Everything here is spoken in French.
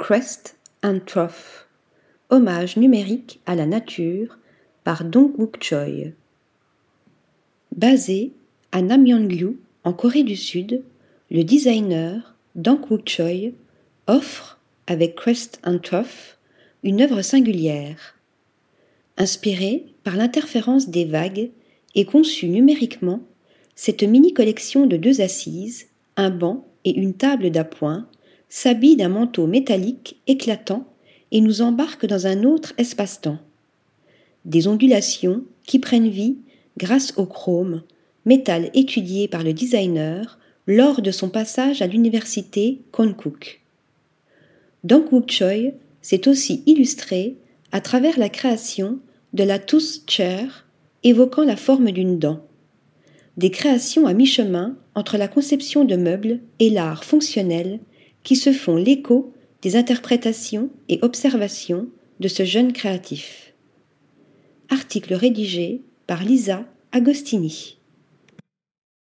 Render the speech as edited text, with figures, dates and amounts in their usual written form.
Crest and Trough, hommage numérique à la nature par Dong-wook Choi. Basé à Namyangju, en Corée du Sud, le designer Dong-wook Choi offre, avec Crest and Trough, une œuvre singulière. Inspirée par l'interférence des vagues et conçue numériquement, cette mini-collection de 2 assises, un banc et une table d'appoint s'habille d'un manteau métallique éclatant et nous embarque dans un autre espace-temps. Des ondulations qui prennent vie grâce au chrome, métal étudié par le designer lors de son passage à l'université Konkuk. Dong-wook Choi s'est aussi illustré à travers la création de la Tooth Chair, évoquant la forme d'une dent. Des créations à mi-chemin entre la conception de meubles et l'art fonctionnel qui se font l'écho des interprétations et observations de ce jeune créatif. Article rédigé par Lisa Agostini.